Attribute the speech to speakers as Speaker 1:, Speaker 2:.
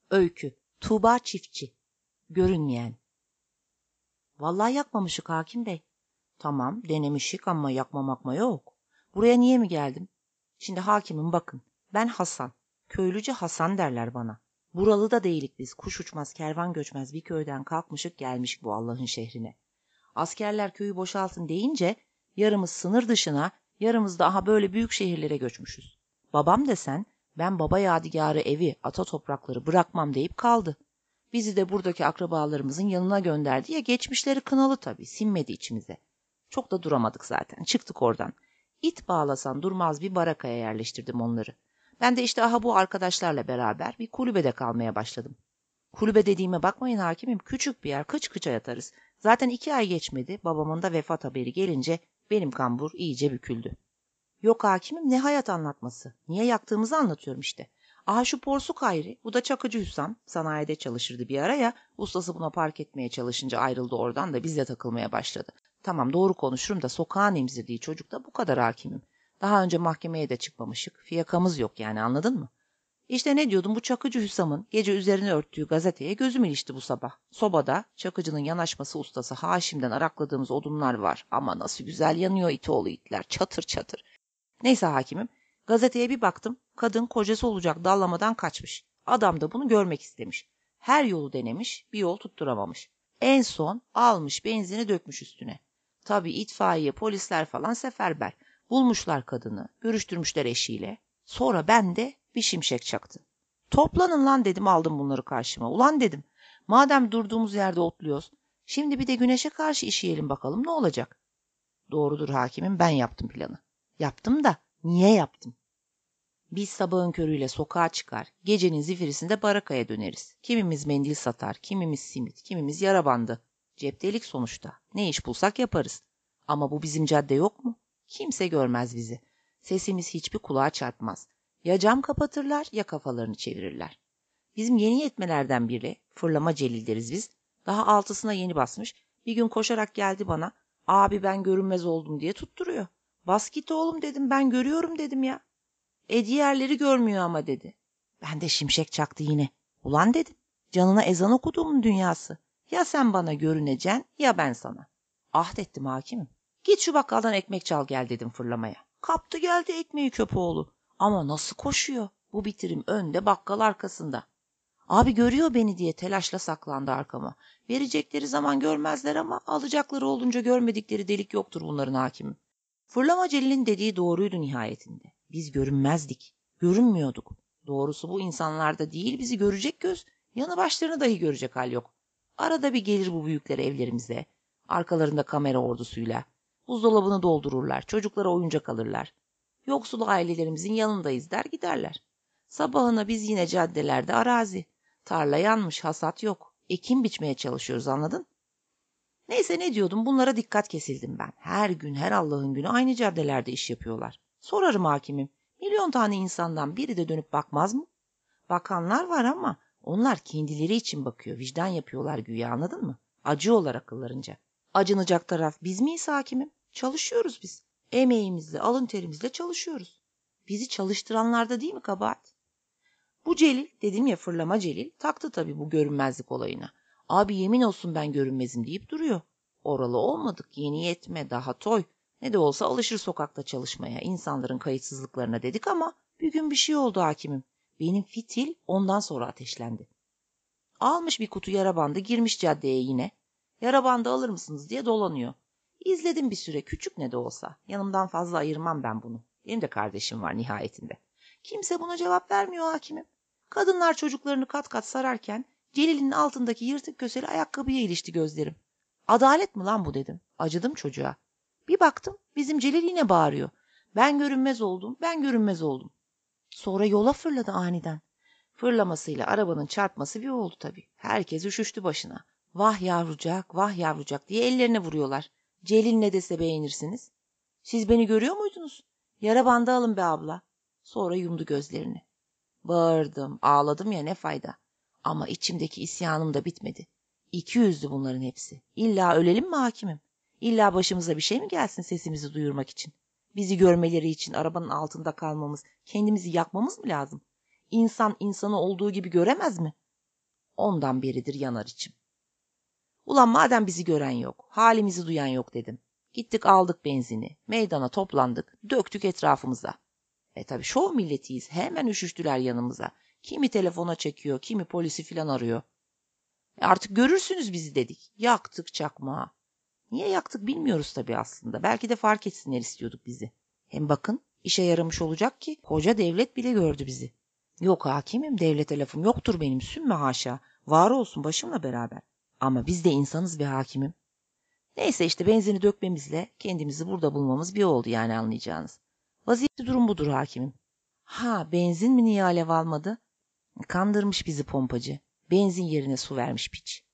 Speaker 1: Öykü. Tuğba Çiftçi. Görünmeyen. Vallahi yakmamışık hakim bey. Tamam denemişik ama yakmamakma yok. Buraya niye mi geldim? Şimdi hakimim bakın. Ben Hasan. Köylüce Hasan derler bana. Buralı da değilik biz. Kuş uçmaz kervan göçmez bir köyden kalkmışık gelmişik bu Allah'ın şehrine. Askerler köyü boşaltın deyince yarımız sınır dışına, yarımız da aha böyle büyük şehirlere göçmüşüz. Babam desen ben baba yadigarı evi, ata toprakları bırakmam deyip kaldı. Bizi de buradaki akrabalarımızın yanına gönderdi ya geçmişleri kınalı tabii sinmedi içimize. Çok da duramadık zaten çıktık oradan. İt bağlasan durmaz bir barakaya yerleştirdim onları. Ben de işte aha bu arkadaşlarla beraber bir kulübede kalmaya başladım. Kulübe dediğime bakmayın hakimim küçük bir yer kıç kıça yatarız. Zaten 2 ay geçmedi babamın da vefat haberi gelince benim kambur iyice büküldü. Yok hakimim ne hayat anlatması. Niye yaktığımızı anlatıyorum işte. Aha şu porsuk Hayri, bu da Çakıcı Hüsam. Sanayide çalışırdı bir ara ya. Ustası buna park etmeye çalışınca ayrıldı oradan da bizle takılmaya başladı. Tamam doğru konuşurum da sokağın emzirdiği çocuk da bu kadar hakimim. Daha önce mahkemeye de çıkmamışık. Fiyakamız yok yani anladın mı? İşte ne diyordum bu Çakıcı Hüsam'ın gece üzerine örttüğü gazeteye gözüm ilişti bu sabah. Sobada Çakıcı'nın yanaşması ustası Haşim'den arakladığımız odunlar var. Ama nasıl güzel yanıyor itoğlu itler çatır çatır. Neyse hakimim, gazeteye bir baktım, kadın kocası olacak dallamadan kaçmış. Adam da bunu görmek istemiş. Her yolu denemiş, bir yol tutturamamış. En son almış benzini dökmüş üstüne. Tabii itfaiye, polisler falan seferber. Bulmuşlar kadını, görüştürmüşler eşiyle. Sonra ben de bir şimşek çaktı. Toplanın lan dedim aldım bunları karşıma. Ulan dedim, madem durduğumuz yerde otluyoruz, şimdi bir de güneşe karşı işeyelim bakalım ne olacak? Doğrudur hakimim ben yaptım planı. Yaptım da niye yaptım? Biz sabahın körüyle sokağa çıkar, gecenin zifirisinde barakaya döneriz. Kimimiz mendil satar, kimimiz simit, kimimiz yara bandı. Ceptelik sonuçta. Ne iş bulsak yaparız. Ama bu bizim cadde yok mu? Kimse görmez bizi. Sesimiz hiçbir kulağa çarpmaz. Ya cam kapatırlar ya kafalarını çevirirler. Bizim yeni yetmelerden biri, Fırlama Celil deriz biz, daha 6'sına yeni basmış, bir gün koşarak geldi bana, abi ben görünmez oldum diye tutturuyor. Bas git oğlum dedim ben görüyorum dedim ya. Diğerleri görmüyor ama dedi. Ben de şimşek çaktı yine. Ulan dedim canına ezan okuduğumun dünyası. Ya sen bana görüneceksin ya ben sana. Ahdettim hakimim. Git şu bakkaldan ekmek çal gel dedim fırlamaya. Kaptı geldi ekmeği köpoğlu. Ama nasıl koşuyor? Bu bitirim önde bakkal arkasında. Abi görüyor beni diye telaşla saklandı arkama. Verecekleri zaman görmezler ama alacakları olunca görmedikleri delik yoktur bunların hakimim. Fırlama Celil'in dediği doğruydu nihayetinde. Biz görünmezdik. Görünmüyorduk. Doğrusu bu insanlarda değil bizi görecek göz, yanı başlarını dahi görecek hal yok. Arada bir gelir bu büyükler evlerimize. Arkalarında kamera ordusuyla. Buzdolabını doldururlar, çocuklara oyuncak alırlar. Yoksul ailelerimizin yanındayız der giderler. Sabahına biz yine caddelerde arazi. Tarla yanmış, hasat yok. Ekim biçmeye çalışıyoruz anladın? Neyse ne diyordum bunlara dikkat kesildim ben. Her gün her Allah'ın günü aynı caddelerde iş yapıyorlar. Sorarım hakimim. Milyon tane insandan biri de dönüp bakmaz mı? Bakanlar var ama onlar kendileri için bakıyor. Vicdan yapıyorlar güya anladın mı? Acıyorlar akıllarınca. Acınacak taraf biz miyiz hakimim? Çalışıyoruz biz. Emeğimizle, alın terimizle çalışıyoruz. Bizi çalıştıranlarda değil mi kabahat? Bu Celil, dedim ya fırlama Celil, taktı tabii bu görünmezlik olayına. Abi yemin olsun ben görünmezim deyip duruyor. Oralı olmadık, yeni yetme, daha toy. Ne de olsa alışır sokakta çalışmaya, insanların kayıtsızlıklarına dedik ama bir gün bir şey oldu hakimim. Benim fitil ondan sonra ateşlendi. Almış bir kutu yara bandı, girmiş caddeye yine. Yara bandı alır mısınız diye dolanıyor. İzledim bir süre, küçük ne de olsa. Yanımdan fazla ayırmam ben bunu. Benim de kardeşim var nihayetinde. Kimse buna cevap vermiyor hakimim. Kadınlar çocuklarını kat kat sararken Celil'in altındaki yırtık köseli ayakkabıya ilişti gözlerim. Adalet mi lan bu dedim. Acıdım çocuğa. Bir baktım bizim Celil yine bağırıyor. Ben görünmez oldum, ben görünmez oldum. Sonra yola fırladı aniden. Fırlamasıyla arabanın çarpması bir oldu tabii. Herkes üşüştü başına. Vah yavrucak, vah yavrucak diye ellerine vuruyorlar. Celil ne dese beğenirsiniz. Siz beni görüyor muydunuz? Yara bandı alın be abla. Sonra yumdu gözlerini. Bağırdım, ağladım ya ne fayda. Ama içimdeki isyanım da bitmedi. 200'dü bunların hepsi. İlla ölelim mi hakimim? İlla başımıza bir şey mi gelsin sesimizi duyurmak için? Bizi görmeleri için arabanın altında kalmamız, kendimizi yakmamız mı lazım? İnsan insanı olduğu gibi göremez mi? Ondan beridir yanar içim. Ulan madem bizi gören yok, halimizi duyan yok dedim. Gittik aldık benzini, meydana toplandık, döktük etrafımıza. Tabii şov milletiyiz, hemen üşüştüler yanımıza. Kimi telefona çekiyor, kimi polisi filan arıyor. Artık görürsünüz bizi dedik. Yaktık çakmağı. Niye yaktık bilmiyoruz tabii aslında. Belki de fark etsinler istiyorduk bizi. Hem bakın işe yaramış olacak ki koca devlet bile gördü bizi. Yok hakimim, devlete lafım yoktur benim, sümme haşa. Var olsun başımla beraber. Ama biz de insanız be hakimim. Neyse işte benzini dökmemizle kendimizi burada bulmamız bir oldu yani anlayacağınız. Vaziyette durum budur hakimim. Ha, benzin mi niye alev almadı? Kandırmış bizi pompacı. Benzin yerine su vermiş piç.